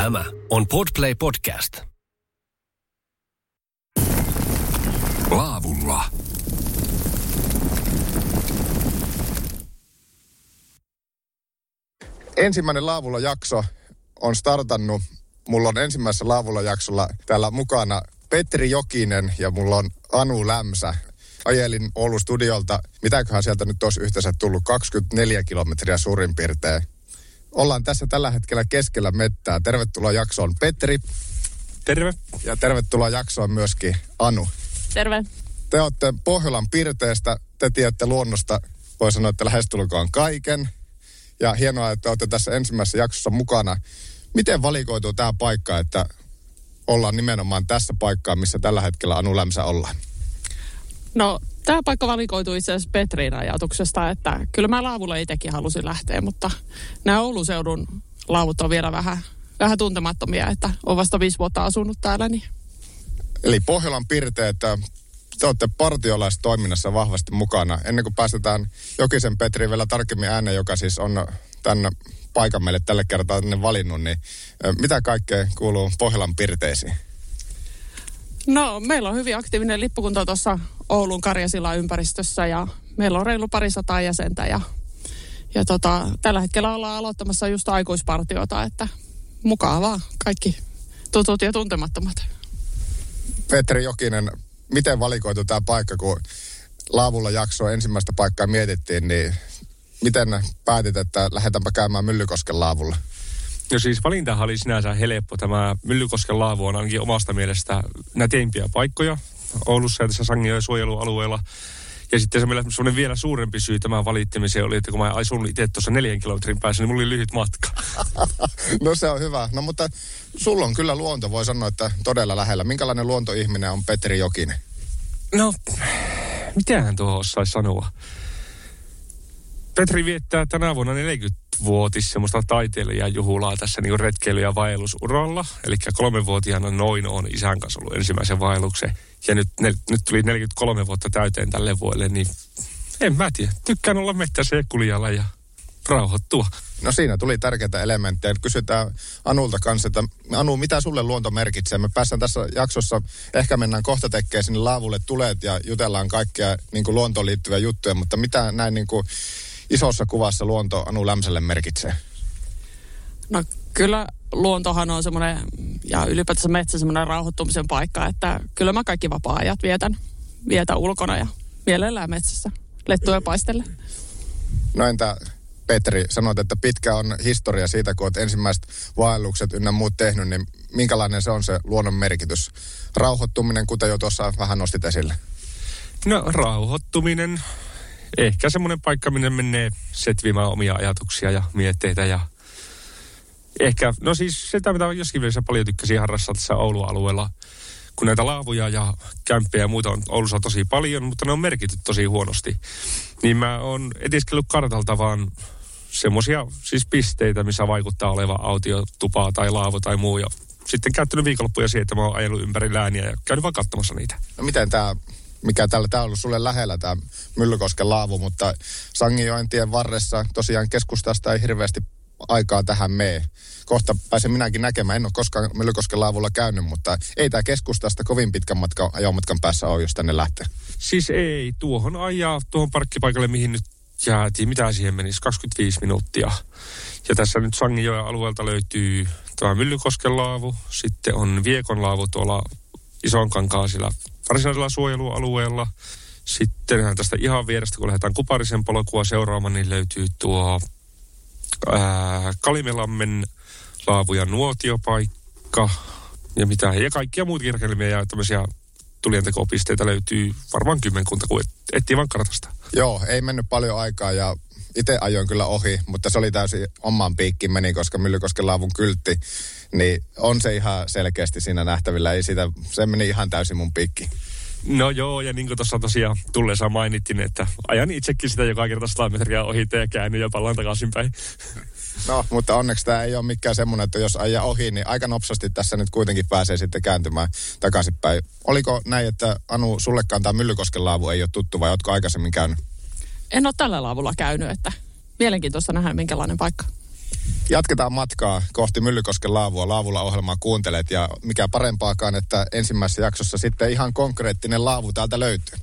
Tämä on Podplay Podcast. Laavulla. Ensimmäinen Laavulla-jakso on startannut. Mulla on ensimmäisessä Laavulla-jaksolla täällä mukana Petri Jokinen ja mulla on Anu Lämsä. Ajelin Oulun studiolta, mitäköhän sieltä nyt olisi yhteensä tullut, 24 kilometriä suurin piirtein. Ollaan tässä tällä hetkellä keskellä mettää. Tervetuloa jaksoon Petri. Terve. Ja tervetuloa jaksoon myöskin Anu. Terve. Te olette Pohjolan Pirteestä, te tiedätte luonnosta, voi sanoa, että lähestulkoon kaiken. Ja hienoa, että olette tässä ensimmäisessä jaksossa mukana. Miten valikoituu tämä paikka, että ollaan nimenomaan tässä paikkaa, missä tällä hetkellä Anu Lämsä ollaan? No, tämä paikka valikoitui itse asiassa Petrin ajatuksesta, että kyllä mä laavulle itsekin halusin lähteä, mutta nämä Oulun seudun laavut on vielä vähän tuntemattomia, että olen vasta 5 vuotta asunut täällä. Niin. Eli Pohjolan Pirteet, te olette partiolaistoiminnassa vahvasti mukana. Ennen kuin päästetään Jokisen Petri vielä tarkemmin ääneen, joka siis on tämän paikan meille tällä kertaa tänne valinnut, niin mitä kaikkea kuuluu Pohjolan Pirteisiin? No, meillä on hyvin aktiivinen lippukunta tuossa Oulun Karjasilan ympäristössä ja meillä on reilu 200 jäsentä ja tällä hetkellä ollaan aloittamassa just aikuispartiota, että mukavaa kaikki tutut ja tuntemattomat. Petri Jokinen, miten valikoitu tämä paikka, kun Laavulla jaksoa ensimmäistä paikkaa mietittiin, niin miten päätit, että lähdetäänpä käymään Myllykosken laavulla? No siis valintahan oli sinänsä helppo. Tämä Myllykosken laavu on ainakin omasta mielestä näteimpiä paikkoja Oulussa ja tässä Sanginjoen suojelualueella. Ja sitten semmoinen vielä suurempi syy tämän valitsemiseen oli, että kun mä asun itse tuossa 4 kilometrin päässä, niin mulla oli lyhyt matka. No se on hyvä. No mutta sulla on kyllä luonto, voi sanoa, että todella lähellä. Minkälainen luontoihminen on Petri Jokinen? No, mitähän tuohon osaisi sanoa? Petri viettää tänä vuonna 40-vuotis semmoista taiteilijajuhlaa tässä niin kuin retkeily- ja vaellusuralla. Eli 3-vuotiaana noin on isän kanssa ollut ensimmäisen vaelluksen. Ja nyt tuli 43 vuotta täyteen tälle vuodelle, niin en mä tiedä. Tykkään olla mettässä ja kuljalla ja rauhoittua. No siinä tuli tärkeitä elementtejä. Kysytään Anulta kanssa, että Anu, mitä sulle luonto merkitsee? Me päästään tässä jaksossa, ehkä mennään kohta tekemään sinne laavulle tulet ja jutellaan kaikkia niin kuin luontoon liittyviä juttuja, mutta mitä näin niin kuin isossa kuvassa luonto Anu Lämsälle merkitsee? No kyllä luontohan on semmoinen, ja ylipäätänsä metsä semmoinen rauhoittumisen paikka, että kyllä mä kaikki vapaa-ajat vietän ulkona ja mielellään metsässä, lettuja paistelle. No entä Petri, sanoit, että pitkä on historia siitä, kun olet ensimmäiset vaellukset ynnä muut tehnyt, niin minkälainen se on se luonnon merkitys? Rauhoittuminen, kuten jo tuossa vähän nostit esille. No rauhoittuminen, ehkä semmoinen paikka, minne menee setvimään omia ajatuksia ja mietteitä ja ehkä, no siis sitä, mitä joskin mielessä paljon tykkäsin harrastaa tässä Oulun alueella, kun näitä laavuja ja kämppejä ja muuta on Oulussa tosi paljon, mutta ne on merkitty tosi huonosti. Niin mä oon etiskellyt kartalta vaan semmoisia siis pisteitä, missä vaikuttaa oleva autiotupa tai laavu tai muu. Ja sitten käyttänyt viikonloppuja siihen, että mä oon ajellut ympäri lääniä ja käynyt vaan katsomassa niitä. No miten tämä on ollut sulle lähellä tämä Myllykosken laavu, mutta Sanginjoen tien varressa tosiaan keskustasta ei hirveästi aikaa tähän mene. Kohta pääsen minäkin näkemään. En ole koskaan Myllykosken laavulla käynyt, mutta ei tämä keskustasta kovin pitkän ajomatkan päässä ole, jos tänne lähtee. Siis ei. Tuohon ajaa, tuohon parkkipaikalle, mihin nyt jäätiin. Mitä siihen menisi? 25 minuuttia. Ja tässä nyt Sanginjoen alueelta löytyy tämä Myllykosken laavu. Sitten on Viekon laavu tuolla Isonkankaan sillä varsinaisella suojelualueella. Sittenhän tästä ihan vierestä, kun lähdetään Kuparisen polkua seuraamaan, niin löytyy tuo Kalimelammen laavu- ja nuotiopaikka ja mitä. Ja kaikkia muut kirkelmiä ja tämmöisiä tulienteko-pisteitä löytyy varmaan 10, kun etsii vaan kartasta. Joo, ei mennyt paljon aikaa ja itse ajoin kyllä ohi, mutta se oli täysin omaan piikkiin meni, koska Myllykosken laavun kyltti, niin on se ihan selkeästi siinä nähtävillä. Ei sitä, se meni ihan täysin mun piikkiin. No joo, ja niin kuin tuossa tosiaan tulleessa mainittiin, että ajan itsekin sitä joka kerta 100 metriä ohi ja käänny ja palaan takaisinpäin. No, mutta onneksi tämä ei ole mikään semmoinen, että jos ajaa ohi, niin aika nopsasti tässä nyt kuitenkin pääsee sitten kääntymään takaisinpäin. Oliko näin, että Anu, sullekaan tämä Myllykosken laavu ei ole tuttu vai ootko aikaisemmin käynyt? En ole tällä laavulla käynyt, että mielenkiintoista nähdä minkälainen paikka. Jatketaan matkaa kohti Myllykosken laavua. Laavulla ohjelmaa kuuntelet ja mikä parempaakaan, että ensimmäisessä jaksossa sitten ihan konkreettinen laavu täältä löytyy.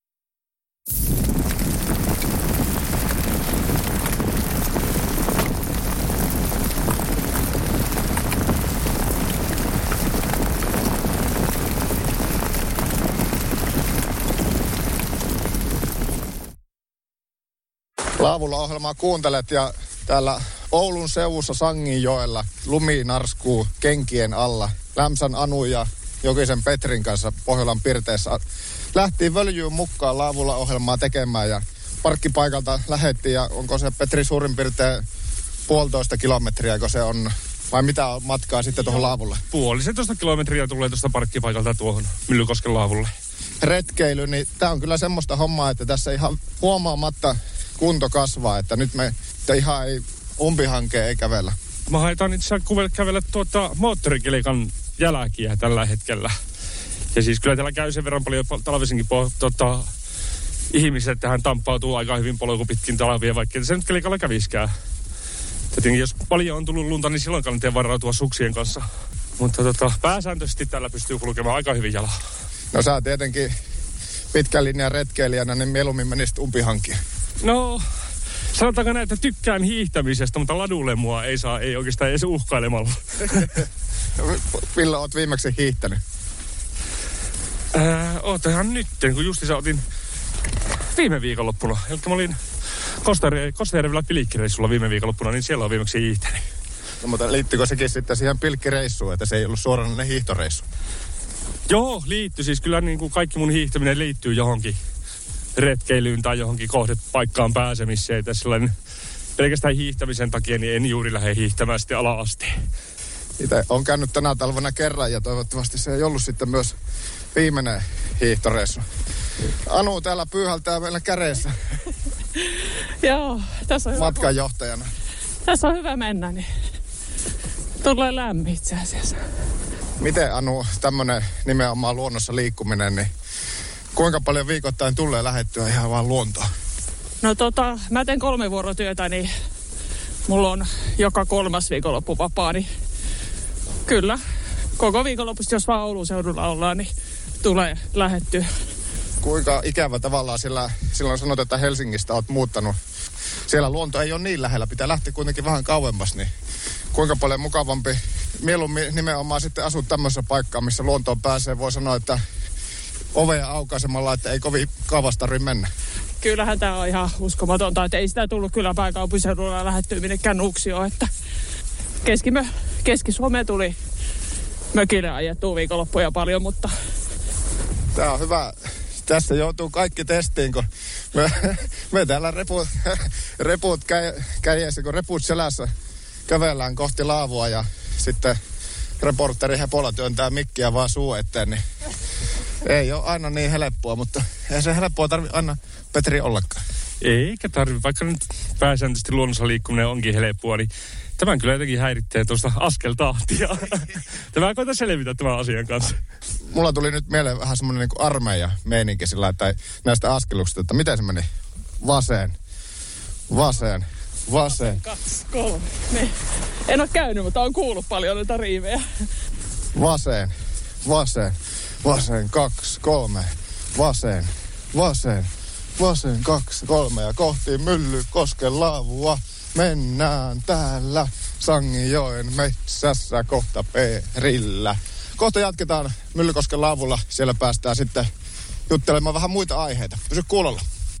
Laavulla ohjelmaa kuuntelet ja täällä Oulun seudussa Sanginjoella lumi narskuu kenkien alla. Lämsän Anu ja Jokisen Petrin kanssa Pohjolan pirteessä lähtiin völjyyn mukaan Laavulla ohjelmaa tekemään ja parkkipaikalta lähettiin ja onko se Petri suurin piirtein 1,5 kilometriä, kun se on, vai mitä on matkaa sitten tuohon laavulle? 1,5 kilometriä tulee tuosta parkkipaikalta tuohon Myllykosken laavulle. Retkeily, niin tää on kyllä semmoista hommaa, että tässä ihan huomaamatta kunto kasvaa, että nyt me ihan ei umpihankeen ei kävellä. Mä haetaan itse asiassa kävellä moottorikelikan jälkiä tällä hetkellä. Ja siis kyllä täällä käy sen verran paljon talvisinkin ihmiset tähän tamppautuu aika hyvin polku pitkin talvia, vaikka se nyt kelikalla käviskään. Tietenkin jos paljon on tullut lunta, niin silloin kannattaa varautua suksien kanssa. Mutta pääsääntöisesti täällä pystyy kulkemaan aika hyvin jalalla. No sä tietenkin pitkän linjan retkeilijänä, niin mieluummin menisit umpihankiin. No, sanotaanko näin, että tykkään hiihtämisestä, mutta ladulle mua ei oikeastaan edes uhkailemalla. Milloin oot viimeksi hiihtänyt? Ootahan nytten, kun justiinsa otin viime viikonloppuna. Eli mä olin Kostajärvellä pilkkireissulla viime viikonloppuna, niin siellä on viimeksi hiihtänyt. No, mutta liittyykö sekin sitten siihen pilkkireissuun, että se ei ollut suoranainen hiihtoreissu? Joo, liittyy. Siis kyllä niin kuin kaikki mun hiihtäminen liittyy johonkin retkeilyyn tai johonkin kohdepaikkaan pääsemiseen. Että sellainen pelkästään hiihtämisen takia niin en juuri lähde hiihtämään sitten ala-asti. Itse olen käynyt tänä talvena kerran ja toivottavasti se ei ollut sitten myös viimeinen hiihtoreissu. Anu täällä pyyhältää meillä kädessä. Joo, tässä on matkanjohtajana. Tässä on hyvä mennä, niin tulee lämmin itse asiassa. Miten Anu, tämmöinen nimenomaan luonnossa liikkuminen, niin kuinka paljon viikoittain tulee lähettyä ihan vaan luontoon? No mä teen 3 vuorotyötä, niin mulla on joka 3. viikonloppu vapaa, niin kyllä. Koko viikonlopusta, jos vaan Oulun seudulla ollaan, niin tulee lähettyä. Kuinka ikävä tavallaan silloin sanot, että Helsingistä olet muuttanut. Siellä luonto ei ole niin lähellä, pitää lähteä kuitenkin vähän kauemmas, niin kuinka paljon mukavampi mieluummin nimenomaan sitten asua tämmöisessä paikkaa, missä luontoon pääsee, voi sanoa, että ovea aukaisemalla, että ei kovin kauas tarvitse mennä. Kyllähän tämä on ihan uskomatonta, että ei sitä tullut kyllä pääkaupunkiseudulla lähettyä minnekään Nuuksioon, että Keski-Suomeen tuli mökille ajettua viikonloppuja paljon, mutta... Tämä on hyvä. Tässä joutuu kaikki testiin, kun me täällä reput kädessä, kun reput selässä kävellään kohti laavua ja sitten reporteri Hepola työntää mikkiä vaan suu eteen, niin ei ole aina niin helppoa, mutta ei se helppoa tarvitse aina Petri ollakaan. Eikä tarvitse, vaikka nyt pääsääntöisesti luonnossa liikkuminen onkin helppoa, niin tämän kyllä jotenkin häiritsee tuosta askeltahtia. Tämä koita selvitä tämän asian kanssa. Mulla tuli nyt mieleen vähän semmoinen niin kuin armeija-meininki sillä, että näistä askeluksista, että miten se meni? Vaseen. 2, 3, 4. En ole käynyt, mutta on kuullut paljon noita riivejä. Vaseen, 2, 3. Vaseen, 2, 3 ja kohti Myllykosken laavua mennään täällä Sanginjoen metsässä kohta perillä. Kohta jatketaan Myllykosken laavulla. Siellä päästään sitten juttelemaan vähän muita aiheita. Pysy kuulolla.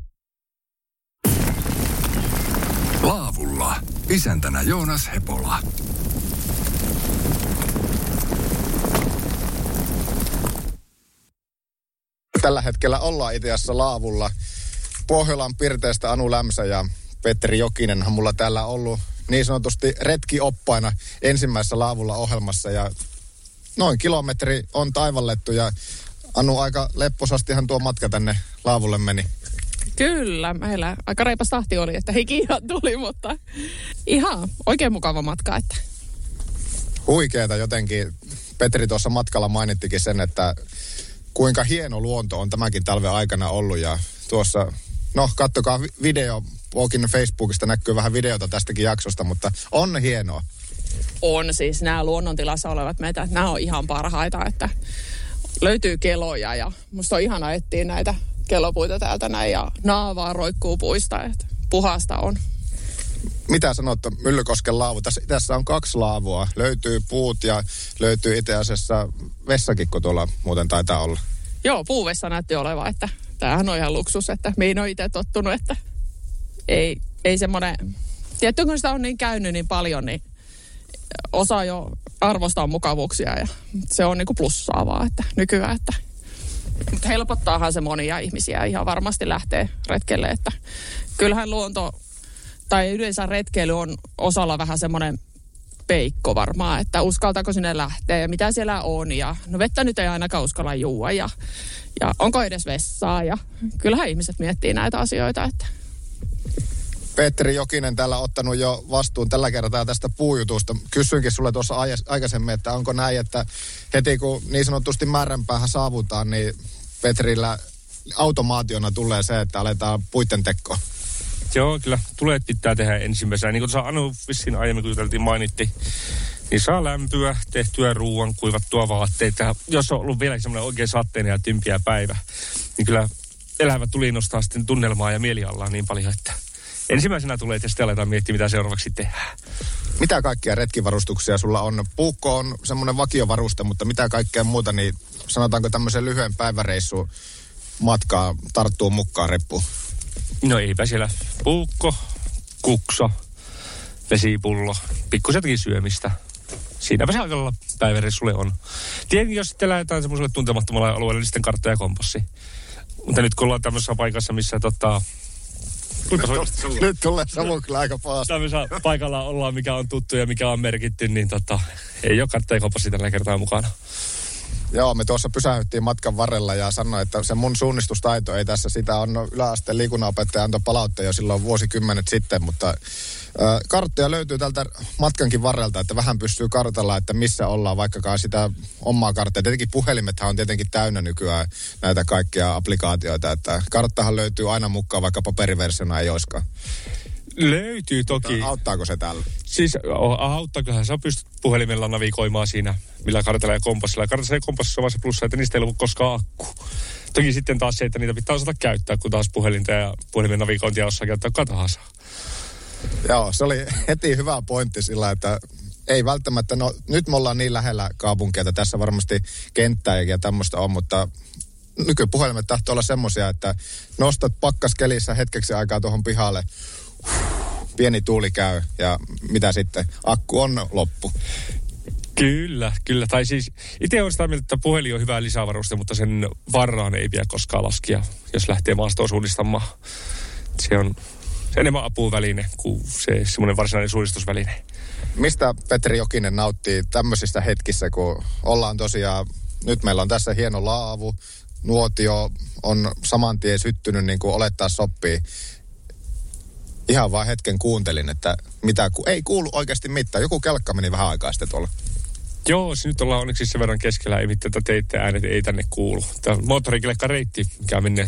Laavulla. Isäntänä Joonas Hepola. Tällä hetkellä ollaan itse asiassa laavulla. Pohjolan pirteestä Anu Lämsä ja Petri Jokinenhan mulla täällä ollut niin sanotusti retkioppaina ensimmäisessä laavulla ohjelmassa. Ja noin kilometri on taivallettu ja Anu, aika lepposastihan tuo matka tänne laavulle meni. Kyllä, meillä aika reipas tahti oli, että hiki ihan tuli, mutta ihan oikein mukava matka. Että. Huikeeta jotenkin. Petri tuossa matkalla mainittikin sen, että kuinka hieno luonto on tämänkin talven aikana ollut. Ja tuossa, no kattokaa video Walkin Facebookista näkyy vähän videota tästäkin jaksosta, mutta on hienoa. On siis nämä luonnontilassa olevat metät, nämä on ihan parhaita, että löytyy keloja ja musta on ihana etsiä näitä kelopuita täältä näin ja naavaa roikkuu puista, että puhasta on. Mitä sanot Myllykosken laavu? Tässä on 2 laavua. Löytyy puut ja löytyy itse asiassa vessakikko tuolla muuten taitaa olla. Joo, puuvessa näytti olevan, että tämähän on ihan luksus, että mihin on itse tottunut, että ei semmoinen, tietty kun sitä on niin käynyt niin paljon, niin osaa jo arvostaa mukavuuksia ja se on niinku plussaa vaan, että nykyään, että mutta helpottaahan se monia ihmisiä ihan varmasti lähtee retkelle, että kyllähän luonto tai yleensä retkeily on osalla vähän semmoinen peikko varmaan, että uskaltaako sinne lähteä ja mitä siellä on ja no vettä nyt ei ainakaan uskalla juua ja onko edes vessaa ja kyllähän ihmiset miettii näitä asioita, että Petteri Jokinen täällä ottanut jo vastuun tällä kertaa tästä puujutusta. Kysyinkin sulle tuossa aikaisemmin, että onko näin, että heti kun niin sanotusti määränpäähän saavutaan, niin Petrillä automaationa tulee se, että aletaan puitten tekoon. Joo, kyllä tuleet pitää tehdä ensimmäisenä. Niin kuin tuossa Anu vissiin aiemmin, kun juteltiin, mainitti, niin saa lämpöä, tehtyä ruuan, kuivattua vaatteita. Jos on ollut vielä semmoinen oikein sateinen ja tympiä päivä, niin kyllä elävä tuli nostaa sitten tunnelmaa ja mieliallaan niin paljon, että ensimmäisenä tulee ja sitten aletaan miettiä, mitä seuraavaksi tehdään. Mitä kaikkia retkivarustuksia sulla on? Puukko on semmoinen vakiovaruste, mutta mitä kaikkea muuta, niin sanotaanko tämmöisen lyhyen päiväreissun matkaa tarttuu mukaan reppuun? No eipä siellä puukko, kukso, vesipullo, pikkusetkin syömistä. Siinäpä se aika lailla päiväreissulle on. Tietenkin jos sitten lähdetään semmoiselle tuntemattomalle alueelle, niin sitten kartta ja kompassi. Mutta nyt kun ollaan tämmöisessä paikassa, missä Nyt tulee savu kyllä aika pahasti. Tämmöisessä paikalla ollaan, mikä on tuttu ja mikä on merkitty, niin ei ole kartta ja kompassi tällä kertaa mukana. Joo, me tuossa pysähdyttiin matkan varrella ja sanoin, että se mun suunnistustaito ei tässä, sitä on yläasteen liikunnanopettaja antoi palautteen jo silloin vuosikymmenet sitten, mutta karttoja löytyy tältä matkankin varrelta, että vähän pystyy kartalla, että missä ollaan, vaikkakaan sitä omaa karttaa. Tietenkin puhelimethan on tietenkin täynnä nykyään näitä kaikkia applikaatioita, että karttahan löytyy aina mukaan, vaikka paperiversiona ei olisikaan. Löytyy toki. Auttaako se täällä? Siis auttaakohan sä pystyt puhelimella navigoimaan siinä, millä kartalla ja kompassilla. Kartalla ja kompassilla on vaan se plussa, että niistä ei ollut koskaan akku. Toki sitten taas se, että niitä pitää osata käyttää, kun taas puhelinta ja puhelimen navigointia osaa käyttää kuka tahansa. Joo, se oli heti hyvä pointti sillä, että ei välttämättä, no nyt me ollaan niin lähellä kaupunkia, että tässä varmasti kenttää ja tämmöistä on, mutta nykypuhelimet tahtoo olla semmoisia, että nostat pakkaskelissä hetkeksi aikaa tuohon pihalle, pieni tuuli käy ja mitä sitten, akku on loppu. Kyllä. Tai siis itse olen sitä mieltä, että puhelin on hyvä lisävaruste, mutta sen varaan ei pidä koskaan laskea, jos lähtee maastoon suunnistamaan. Se on enemmän apuväline kuin se semmoinen varsinainen suunnistusväline. Mistä Petri Jokinen nauttii tämmöisissä hetkissä, kun ollaan tosiaan, nyt meillä on tässä hieno laavu, nuotio on saman tien syttynyt niin kuin olettaa sopii. Ihan vaan hetken kuuntelin, että ei kuulu oikeasti mitään. Joku kelkka meni vähän aikaa sitten tuolla. Joo, nyt ollaan onneksi sen verran keskellä, ei mitään teitä äänet ei tänne kuulu. Tämä on moottorikelkka reitti, mikä menee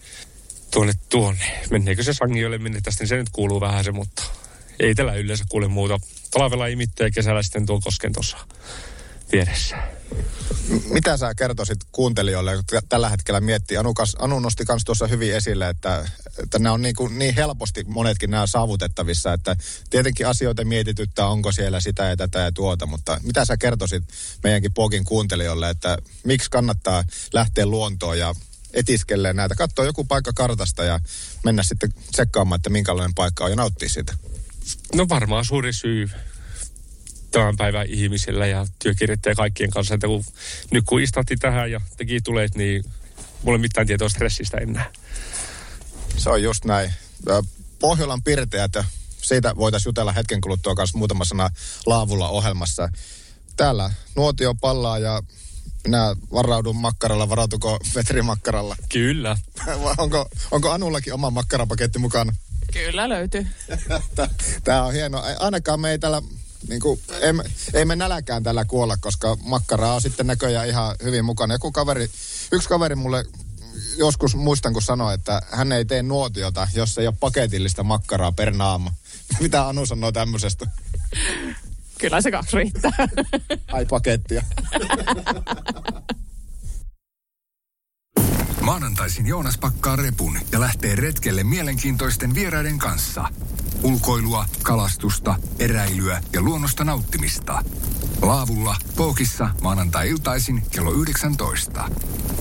tuonne. Menneekö se Sangiolle minne tästä, niin se nyt kuuluu vähän se, mutta ei tällä yleensä kuule muuta. Talvella imittä ja kesällä sitten tuo kosken tuossa vieressä. Mitä sä kertoisit kuuntelijoille, jotka tällä hetkellä miettii? Anu nosti myös tuossa hyvin esille, että nämä on niin helposti monetkin nämä saavutettavissa, että tietenkin asioita mietityttää, onko siellä sitä ja tätä ja tuota, mutta mitä sä kertoisit meidänkin Pogin kuuntelijoille, että miksi kannattaa lähteä luontoon ja etiskelleen näitä, katsoa joku paikka kartasta ja mennä sitten tsekkaamaan, että minkälainen paikka on ja nauttia siitä? No varmaan suuri syy tämän päivän ihmisillä ja työkirjoittajien kaikkien kanssa, että nyt kun istahti tähän ja teki tulet, niin mulla ei mitään tietoa stressistä enää. Se on just näin. Pohjolan pirteät, siitä voitaisiin jutella hetken kuluttua kanssa muutama sana laavulla ohjelmassa. Täällä nuotio pallaa ja minä varaudun makkaralla. Varautuko Petri makkaralla? Kyllä. Onko Anullakin oma makkarapaketti mukana? Kyllä löytyy. Tämä on hieno. Ainakaan me ei täällä, ei me nälkään tällä kuolla, koska makkaraa on sitten näköjään ihan hyvin mukana. Yksi kaveri mulle joskus muistan, kun sanoi, että hän ei tee nuotiota, jos ei ole paketillista makkaraa per naama. Mitä Anu sanoo tämmöisestä? Kyllä se 2 riittää. Ai pakettia. Maanantaisin Joonas pakkaa repun ja lähtee retkelle mielenkiintoisten vieraiden kanssa. Ulkoilua, kalastusta, eräilyä ja luonnosta nauttimista. Laavulla, Påkissa, maanantai-iltaisin kello 19.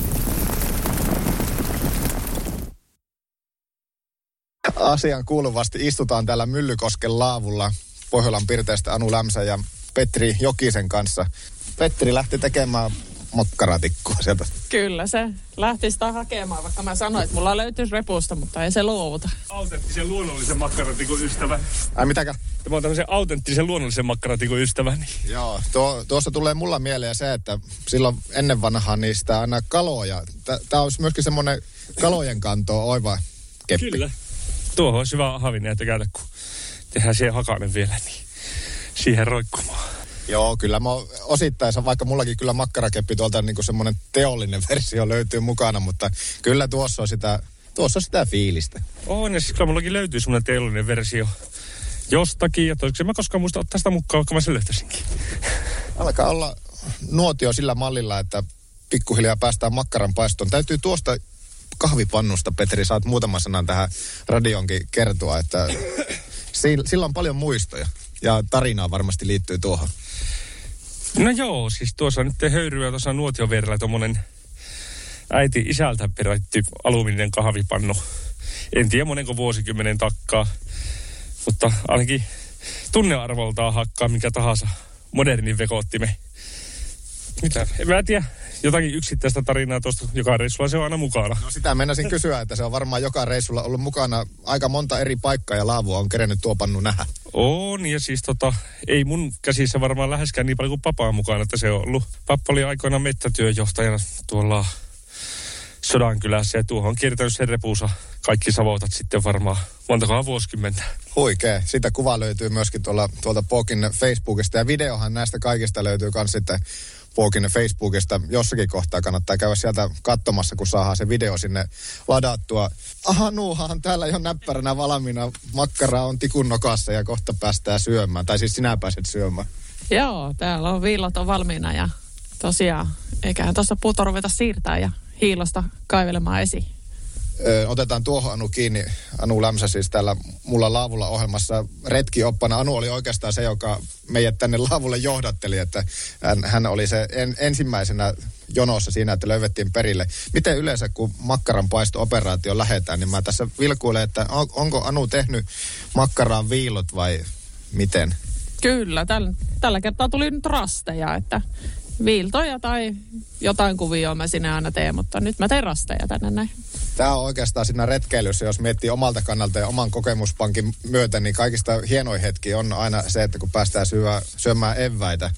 Asian kuuluvasti istutaan täällä Myllykosken laavulla Pohjolan pirteestä Anu Lämsä ja Petri Jokisen kanssa. Petri lähti tekemään makkaratikkoa sieltä. Kyllä se lähti sitä hakemaan, vaikka mä sanoin, että mulla löytyisi repusta, mutta ei se luovuta. Autenttisen luonnollisen makkaratikun ystävä. Ai mitäkä? Tämä on tämmöisen autenttisen luonnollisen makkaratikun ystäväni. Joo, tuossa tulee mulla mieleen se, että silloin ennen vanhaa niistä aina kaloja. Tää olisi myöskin semmoinen kalojen kantoa oiva keppi. Kyllä. Tuohon olisi hyvä havinneita käydä, kun tehdään siihen hakainen vielä, niin siihen roikkumaan. Joo, kyllä mä osittain, vaikka mullakin kyllä makkarakeppi tuolta niin kuin semmoinen teollinen versio löytyy mukana, mutta kyllä tuossa on sitä fiilistä. On, ja siis kyllä mullakin löytyy semmoinen teollinen versio jostakin, ja toiseksi mä koskaan muista ottaa sitä mukaan, vaikka mä sen löytäisinkin. Alkaa olla nuotio sillä mallilla, että pikkuhiljaa päästään makkaran paistoon. Täytyy tuosta kahvipannusta, Petri, saat muutaman sanan tähän radionkin kertoa, että sillä on paljon muistoja ja tarinaa varmasti liittyy tuohon. No joo, siis tuossa nyt höyryä tuossa nuotion vierellä tommonen äiti isältä perätty alumiininen kahvipannu. En tiedä monenko vuosikymmenen takkaa, mutta ainakin tunnearvoltaan hakkaa mikä tahansa modernin vekoottimme. Mitä? En mä tiedä. Jotakin yksittäistä tarinaa tuosta joka reissulla se on aina mukana. No sitä meinasin kysyä, että se on varmaan joka reissulla ollut mukana. Aika monta eri paikkaa ja laavua on kerennyt tuo pannu nähdä. On, ja siis ei mun käsissä varmaan läheskään niin paljon kuin papaa mukana, että se on ollut. Pappa oli aikoinaan mettätyöjohtajana tuolla Sodankylässä ja tuohon on kiertänyt sen repuunsa kaikki savotat sitten varmaan montakohan vuosikymmentä. Huikee. Sitä kuva löytyy myöskin tuolta Påkin Facebookista ja videohan näistä kaikista löytyy myös sitten Påkin Facebookista. Jossakin kohtaa kannattaa käydä sieltä katsomassa, kun saadaan se video sinne ladattua. Aha, nuuhan täällä jo näppäränä valmiina. Makkara on tikun nokassa ja kohta päästään syömään. Tai siis sinä pääset syömään. Joo, täällä on viillot on valmiina ja tosiaan eiköhän tuossa puuta ruveta siirtää ja hiilosta kaivelemaan esiin. Otetaan tuohon Anu kiinni. Anu Lämsä siis täällä mulla laavulla ohjelmassa retkioppana. Anu oli oikeastaan se, joka meidät tänne laavulle johdatteli, että hän oli se ensimmäisenä jonossa siinä, että löydettiin perille. Miten yleensä, kun makkaran paisto-operaatio lähdetään, niin mä tässä vilkuilen, että onko Anu tehnyt makkaraan viilot vai miten? Kyllä, tällä kertaa tuli nyt rasteja, että viiltoja tai jotain kuvioa mä sinne aina teen, mutta nyt mä teen rasteja tänne näin. Tämä on oikeastaan siinä retkeilyssä, jos miettii omalta kannalta ja oman kokemuspankin myötä, niin kaikista hienoin hetki on aina se, että kun päästään syömään eväitä.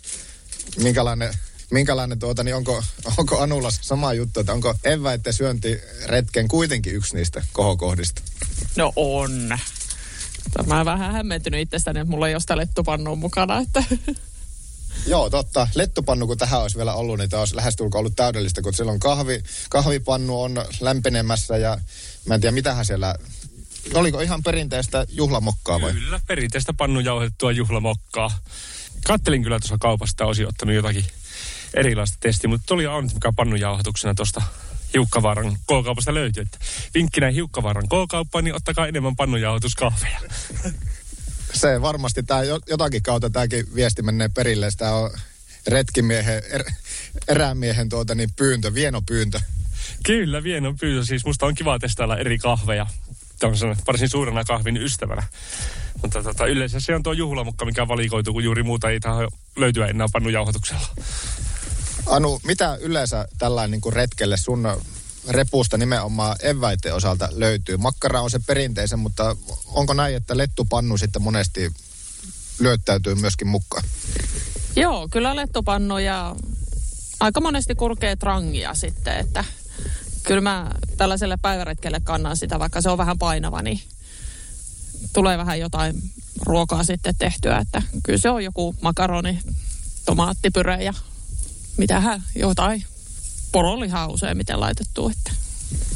Minkälainen niin onko Anulla sama juttu, että onko eväiden syönti retken kuitenkin yksi niistä kohokohdista? No on. Mä oon vähän hämmentynyt itsestäni, että mulla ei ole sitä lettupannua mukana, että... Joo, totta. Lettupannu, kun tähän olisi vielä ollut, niin tämä olisi lähestulkoon ollut täydellistä, kun silloin kahvipannu on lämpenemässä ja mä en tiedä, mitähän siellä... Oliko ihan perinteistä juhlamokkaa vai? Kyllä, perinteistä pannujauhettua juhlamokkaa. Kattelin kyllä tuossa kaupasta, olisin ottanut jotakin erilaista testiä, mutta oli ainut mikä pannujauhatuksena tuosta Hiukkavaaran K-kaupasta löytyy. Että vinkkinä Hiukkavaaran K-kauppaan, niin ottakaa enemmän pannujauhatuskahveja. Se varmasti, jotakin kautta tämäkin viesti menee perille. Tämä on retkimiehen, erämiehen pyyntö, vienopyyntö. Kyllä, vienopyyntö. Siis musta on kiva testailla eri kahveja. Tämmöisenä varsin suurena kahvin ystävänä. Mutta yleensä se on tuo juhlamukka, mikä valikoituu, kun juuri muuta ei tähän löytyä enää pannujauhatuksella. Anu, mitä yleensä tällainen niin kuin retkelle sun repusta nimenomaan eväiden osalta löytyy? Makkara on se perinteisen, mutta onko näin, että lettupannu sitten monesti lyöttäytyy myöskin mukaan? Joo, kyllä lettupannu ja aika monesti kurkee trangia sitten, että kyllä mä tällaiselle päiväretkelle kannan sitä, vaikka se on vähän painava, niin tulee vähän jotain ruokaa sitten tehtyä, että kyllä se on joku makaroni, tomaattipyre ja mitähän jotain porolihaa useimmiten laitettu, että...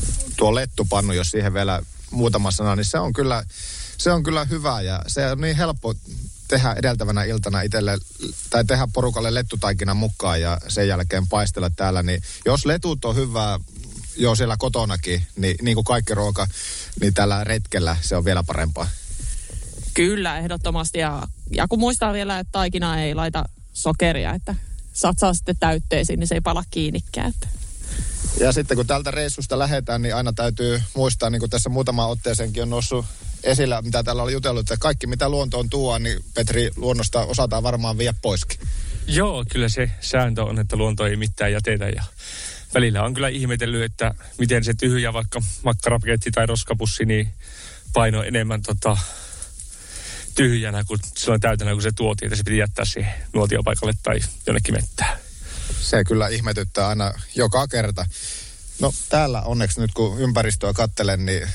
tuo lettupannu, jos siihen vielä muutama sana, niin se on kyllä hyvä ja se on niin helppo tehdä edeltävänä iltana itselle tai tehdä porukalle lettutaikinan mukaan ja sen jälkeen paistella täällä. Niin jos letut on hyvää jo siellä kotonakin, niin kuin kaikki ruoka, niin tällä retkellä se on vielä parempaa. Kyllä, ehdottomasti. Ja kun muistaa vielä, että taikina ei laita sokeria, että satsaa sitten täytteisiin, niin se ei pala kiinnikään. Ja sitten kun tältä reissusta lähdetään, niin aina täytyy muistaa, niin kuin tässä muutama otteeseenkin on noussut esillä, mitä täällä oli jutellut, että kaikki mitä luontoon tuo, niin Petri, luonnosta osataan varmaan viedä poiskin. Joo, kyllä se sääntö on, että luonto ei mitään jätetä ja välillä on kyllä ihmetellyt, että miten se tyhjä vaikka makkarapaketti tai roskapussi, niin paino enemmän tyhjänä kuin silloin täytänä, kun se tuotiin, että se piti jättää siihen nuotiopaikalle tai jonnekin mettään. Se kyllä ihmetyttää aina joka kerta. No täällä onneksi nyt kun ympäristöä katselen, niin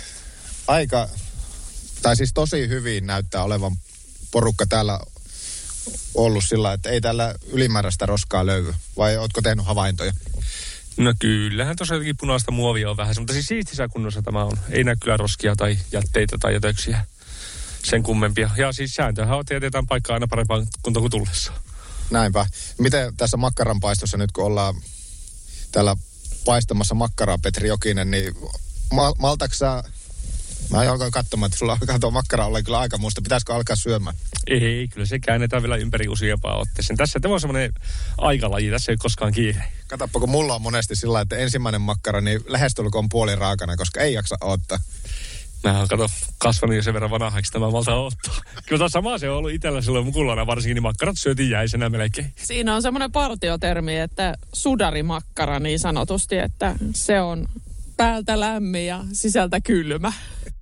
tosi hyvin näyttää olevan porukka täällä ollut sillä, että ei täällä ylimääräistä roskaa löydy. Vai ootko tehnyt havaintoja? No kyllähän tosiaan jotenkin punaista muovia on vähän, mutta siis siistissä kunnossa tämä on. Ei näy kyllä roskia tai jätteitä tai jätöksiä sen kummempia. Ja siis sääntöhän on, että jätetään paikkaa aina parempaan kuntoon kuin tullessa. Näinpä. Miten tässä makkaranpaistossa nyt, kun ollaan täällä paistamassa makkaraa, Petri Jokinen, niin maltaksä... Mä alkoin katsomaan, että sulla alkaa tuo makkara olla kyllä aika muista. Pitäisikö alkaa syömään? Ei, kyllä se käännetään vielä ympäri useampaa otteeseen. Tässä on semmoinen aikalaji, tässä ei ole koskaan kiire. Katsoppa, kun mulla on monesti sillä, että ensimmäinen makkara, niin lähestulkoon puoli raakana, koska ei jaksa odottaa. Mä oon kasvanut jo sen verran vanhaksi, että mä maltaan odottaa. Kyllä sama se on ollut itsellä silloin mukullana, varsinkin niin makkarat syötiin jäisenä melkein. Siinä on semmoinen partiotermi, että sudarimakkara niin sanotusti, että se on päältä lämmin ja sisältä kylmä.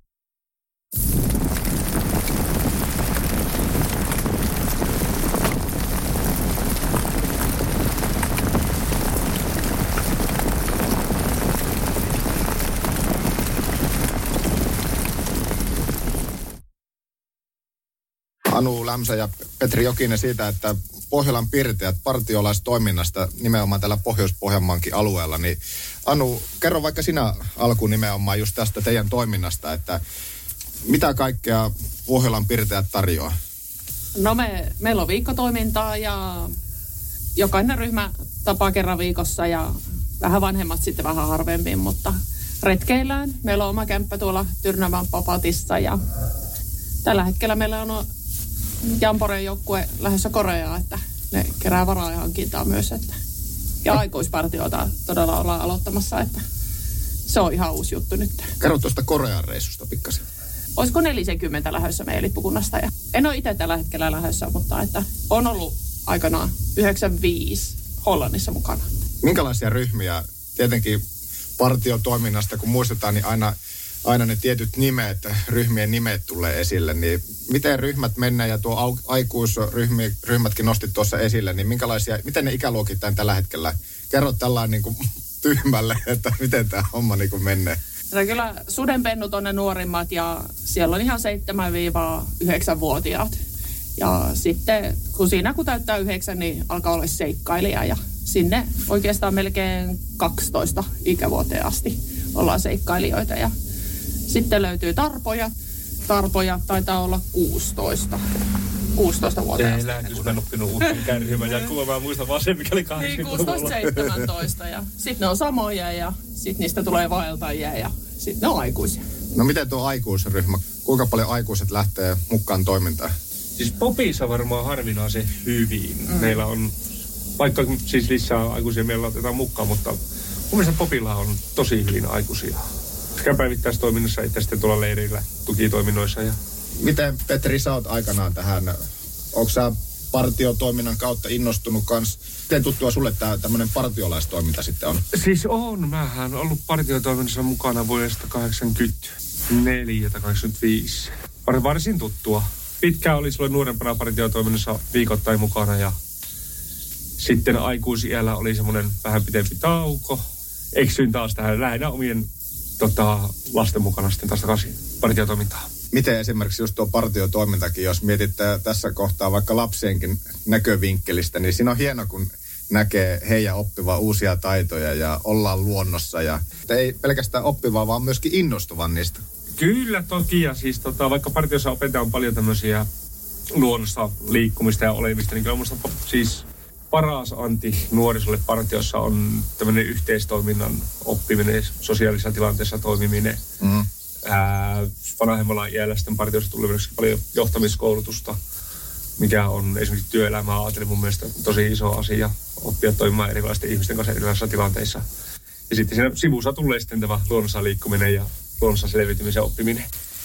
Anu Lämsä ja Petri Jokinen siitä, että Pohjolan pirteät partiolaistoiminnasta nimenomaan tällä Pohjois-Pohjanmaankin alueella. Niin Anu, kerro vaikka sinä alkuun nimenomaan just tästä teidän toiminnasta, että mitä kaikkea Pohjolan pirteät tarjoaa? No meillä on viikkotoimintaa ja jokainen ryhmä tapaa kerran viikossa ja vähän vanhemmat sitten vähän harvemmin, mutta retkeillään. Meillä on oma kämppä tuolla Tyrnävän Papatissa ja tällä hetkellä meillä on Jamboreen joukkue lähdössä Koreaan, että ne kerää varaa ja hankintaa myös. Ja aikuispartioita todella ollaan aloittamassa, että se on ihan uusi juttu nyt. Kerro tuosta Korean reissusta pikkasen. Olisiko 40 lähdössä meidän lippukunnasta. Ja en ole itse tällä hetkellä lähdössä, mutta että on ollut aikanaan 95 Hollannissa mukana. Minkälaisia ryhmiä? Tietenkin partiotoiminnasta, kun muistetaan, niin aina ne tietyt nimet, ryhmien nimet tulee esille, niin miten ryhmät mennään ja tuo aikuisryhmätkin nostit tuossa esille, niin miten ne ikäluokittain tällä hetkellä? Kerro tällainen niin kuin tyhmälle, että miten tämä homma niin kuin menee. No kyllä sudenpennut on ne nuorimmat ja siellä on ihan 7-9-vuotiaat. Ja sitten kun täyttää 9, niin alkaa olla seikkailija ja sinne oikeastaan melkein 12 ikävuoteen asti ollaan seikkailijoita ja sitten löytyy tarpoja. Tarpoja taitaa olla 16-vuotiaasta. Ei lähdys, mä en oppinut uuden kärhymän ja mä muistan vaan se, mikä oli 18-17 ja sitten ne on samoja ja sitten niistä tulee vaeltajia ja sitten ne on aikuisia. No miten tuo aikuisryhmä, kuinka paljon aikuiset lähtee mukaan toimintaan? Siis Popissa varmaan harvinaisen hyvin. Meillä on, vaikka siis lisää aikuisia meillä otetaan mukaan, mutta mun mielestä Popilla on tosi hyvin aikuisia. Sekä päivittäistoiminnassa että sitten tuolla leirillä, tukitoiminnoissa. Miten Petri, sä oot aikanaan tähän, onko sä partiotoiminnan kautta innostunut kanssa? Miten tuttua sulle tämmöinen partiolaistoiminta sitten on? Siis on, mähän ollut partiotoiminnassa mukana vuodesta 1984 tai 1985. Varsin tuttua. Pitkään oli silloin nuorempana partiotoiminnassa viikoittain mukana ja sitten aikuisiällä oli semmoinen vähän pitempi tauko. Eksyin taas tähän lähinnä omien lasten mukana sitten taas takaisin partiotoimintaa. Miten esimerkiksi just tuo partiotoimintakin, jos mietitte tässä kohtaa vaikka lapsienkin näkövinkkelistä, niin siinä on hieno, kun näkee heidän oppivan uusia taitoja ja ollaan luonnossa. Ja ei pelkästään oppivaa, vaan myöskin innostuvan niistä. Kyllä toki, ja siis vaikka partiossa opetetaan paljon tämmöisiä luonnossa liikkumista ja olemista, niin kyllä minusta siis paras anti nuorisolle partiossa on tämmöinen yhteistoiminnan oppiminen, sosiaalisessa tilanteessa toimiminen. Vanhemmalla iällä sitten partiossa tuli myös paljon johtamiskoulutusta, mikä on esimerkiksi työelämää ajatellen mun mielestä tosi iso asia, oppia toimimaan erilaisten ihmisten kanssa erilaisissa tilanteissa. Ja sitten siinä sivussa tulee sitten tämä luonnossa liikkuminen ja luonnossa selviytymisen oppiminen.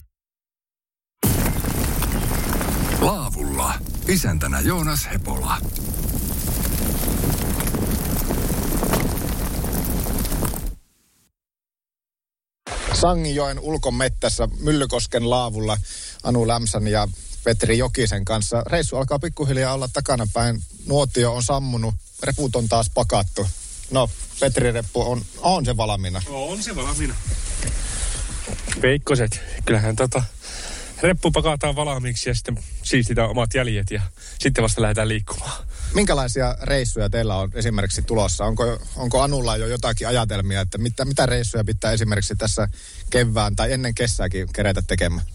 Laavulla. Isäntänä Joonas Hepola. Sanginjoen ulkomettässä Myllykosken laavulla Anu Lämsän ja Petri Jokisen kanssa. Reissu alkaa pikkuhiljaa olla takanapäin. Nuotio on sammunut, reput on taas pakattu. No, Petri reppu on se valmiina. On se valmiina. Veikkoset, kyllähän reppu pakataan valmiiksi ja sitten siistitään omat jäljet ja sitten vasta lähdetään liikkumaan. Minkälaisia reissuja teillä on esimerkiksi tulossa? Onko Anulla jo jotakin ajatelmia, että mitä reissuja pitää esimerkiksi tässä kevään tai ennen kesääkin kerätä tekemään?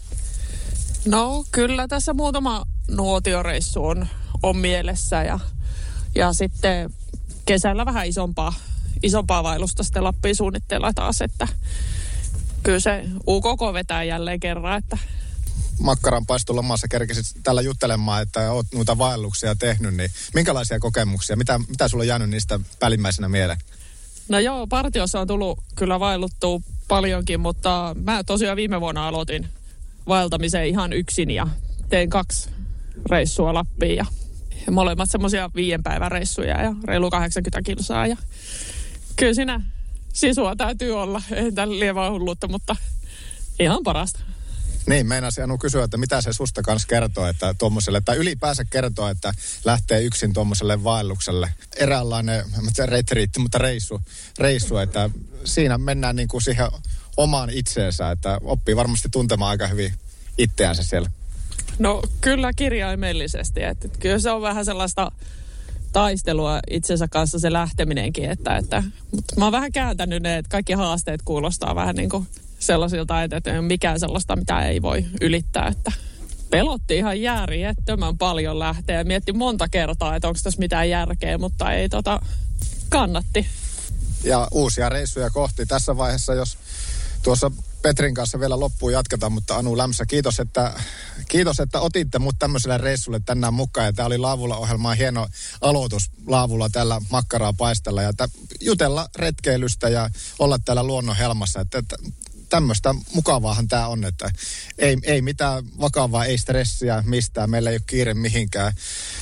No kyllä tässä muutama nuotioreissu on mielessä ja sitten kesällä vähän isompaa vaellusta sitten Lappiin suunnitteilla taas, että kyllä se UKK vetää jälleen kerran, että Makkaranpaistolomassa kerkisit tällä juttelemaan, että olet noita vaelluksia tehnyt, niin minkälaisia kokemuksia? Mitä sulla on jäänyt niistä päällimmäisenä mieleen? No joo, partiossa on tullut kyllä vaelluttua paljonkin, mutta mä tosiaan viime vuonna aloitin vaeltamisen ihan yksin ja tein 2 reissua Lappiin ja molemmat semmoisia 5 päivän reissuja ja reilu 80 kilsaa ja kyllä siinä sisua täytyy olla, ei tällä lievää hulluutta, mutta ihan parasta. Niin, meinasin Anu kysyä, että mitä se susta kanssa kertoo, että tuommoiselle, tai ylipäänsä kertoo, että lähtee yksin tuommoiselle vaellukselle. Eräänlainen, retriitti, mutta reissu, että siinä mennään niin kuin siihen omaan itseensä, että oppii varmasti tuntemaan aika hyvin itseänsä siellä. No kyllä kirjaimellisesti, että kyllä se on vähän sellaista taistelua itsensä kanssa se lähteminenkin, mutta mä oon vähän kääntänyt ne, että kaikki haasteet kuulostaa vähän niin kuin sellaisilta, että ei ole mikään sellaista, mitä ei voi ylittää, että pelotti ihan järjettömän paljon lähteä ja mietti monta kertaa, että onko tässä mitään järkeä, mutta ei kannatti. Ja uusia reissuja kohti tässä vaiheessa, jos tuossa Petrin kanssa vielä loppuun jatketaan, mutta Anu Lämsä, kiitos, että otitte mut tämmöiselle reissulle tänään mukaan. Ja tämä oli Laavulla-ohjelmaan hieno aloitus Laavulla tällä makkaraa paistella ja jutella retkeilystä ja olla täällä luonnon helmassa. Että tämmöistä mukavaahan tämä on, että ei mitään vakavaa, ei stressiä mistään, meillä ei ole kiire mihinkään.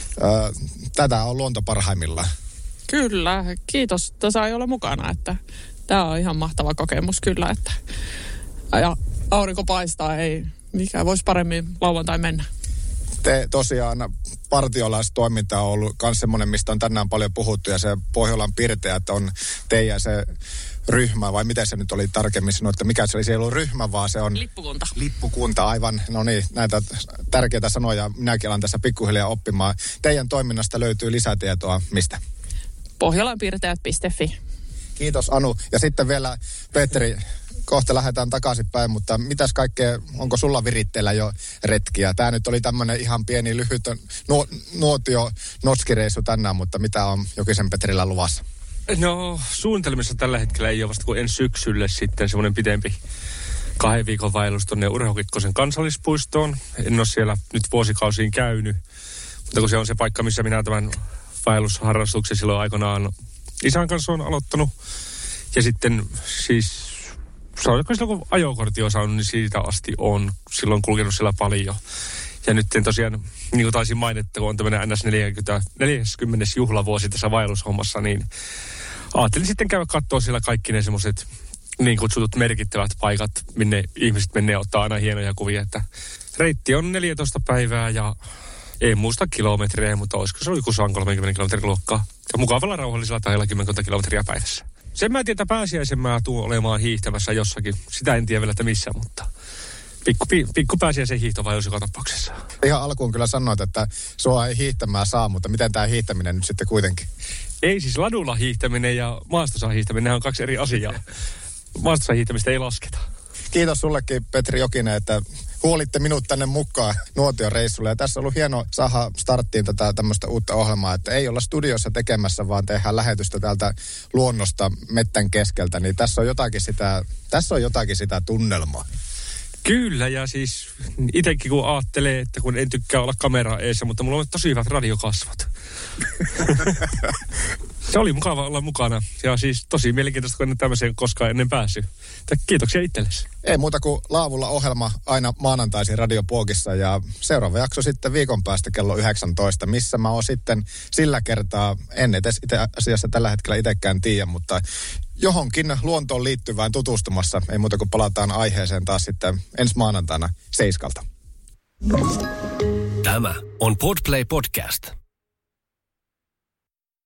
Tätä on luonto parhaimmillaan. Kyllä, kiitos, että sai olla mukana, että tämä on ihan mahtava kokemus kyllä, että ja aurinko paistaa, ei mikään voisi paremmin lauantai mennä. Te tosiaan partiolaistoiminta on ollut myös semmoinen, mistä on tänään paljon puhuttu ja se Pohjolan Pirteät on teidän se ryhmä, vai miten se nyt oli tarkemmin sanoa, että mikä se oli, se ei ollut ryhmä, vaan se on Lippukunta, aivan, no niin, näitä tärkeitä sanoja minäkin alan tässä pikkuhiljaa oppimaan. Teidän toiminnasta löytyy lisätietoa mistä? Pohjolanpiirteät.fi. Kiitos Anu. Ja sitten vielä Petri, kohta lähdetään takaisinpäin, mutta mitäs kaikkea, onko sulla viritteillä jo retkiä? Tämä nyt oli tämmöinen ihan pieni lyhyt nuotio-notskireissu tänään, mutta mitä on Jokisen Petrillä luvassa? No suunnitelmissa tällä hetkellä ei ole vasta kuin ensi syksylle sitten semmoinen pidempi 2 viikon vaellus tuonne Urho-Kekkosen kansallispuistoon. En ole siellä nyt vuosikausiin käynyt, mutta kun se on se paikka, missä minä tämän vaellusharrastuksen silloin aikanaan isän kanssa on aloittanut. Ja sitten siis, sanoitko silloin kun ajokortti on saanut, niin siitä asti on silloin kulkenut siellä paljon. Ja nyt tosiaan, niin kuin taisin mainita, kun on tämmöinen NS40 juhlavuosi tässä vaellushommassa, niin ajattelin sitten käydä katsoa siellä kaikki ne semmoiset niin kutsutut merkittävät paikat, minne ihmiset menee ottaa aina hienoja kuvia, että reitti on 14 päivää ja ei muista kilometrejä, mutta olisiko se joku 30 kilometrin luokkaa. Ja mukavalla rauhallisella tahdilla 10 kilometriä päivässä. Sen mä tiedän, että pääsiäisen mä tuun olemaan hiihtämässä jossakin. Sitä en tiedä vielä, että missä, mutta pikku pääsiäisen hiihtovaellus joka tapauksessa. Ihan alkuun kyllä sanoit, että sua ei hiihtämään saa, mutta miten tämä hiihtäminen nyt sitten kuitenkin? Ei siis ladulla hiihtäminen ja maastossa hiihtäminen on 2 eri asiaa. Maastossa hiihtämistä ei lasketa. Kiitos sullekin, Petri Jokinen, että huolitte minut tänne mukaan nuotioreissulle. Ja tässä on ollut hieno saada starttiin tätä tämmöistä uutta ohjelmaa, että ei olla studiossa tekemässä, vaan tehdään lähetystä täältä luonnosta mettän keskeltä. Niin tässä on jotakin sitä tunnelmaa. Kyllä, ja siis itsekin kun ajattelee, että kun en tykkää olla kamera eessä, mutta mulla on tosi hyvät radiokasvot. Se oli mukava olla mukana, ja siis tosi mielenkiintoista, kun en tämmöiseen koskaan ennen päässyt. Kiitoksia itsellesi. Ei muuta kuin Laavulla ohjelma aina maanantaisin Radio Puokissa, ja seuraava jakso sitten viikon päästä kello 19, missä mä oon sitten sillä kertaa, en edes itse asiassa tällä hetkellä itsekään tiedä, mutta johonkin luontoon liittyvään tutustumassa. Ei muuta kuin palataan aiheeseen taas sitten ensi maanantaina 7. Tämä on Podplay Podcast.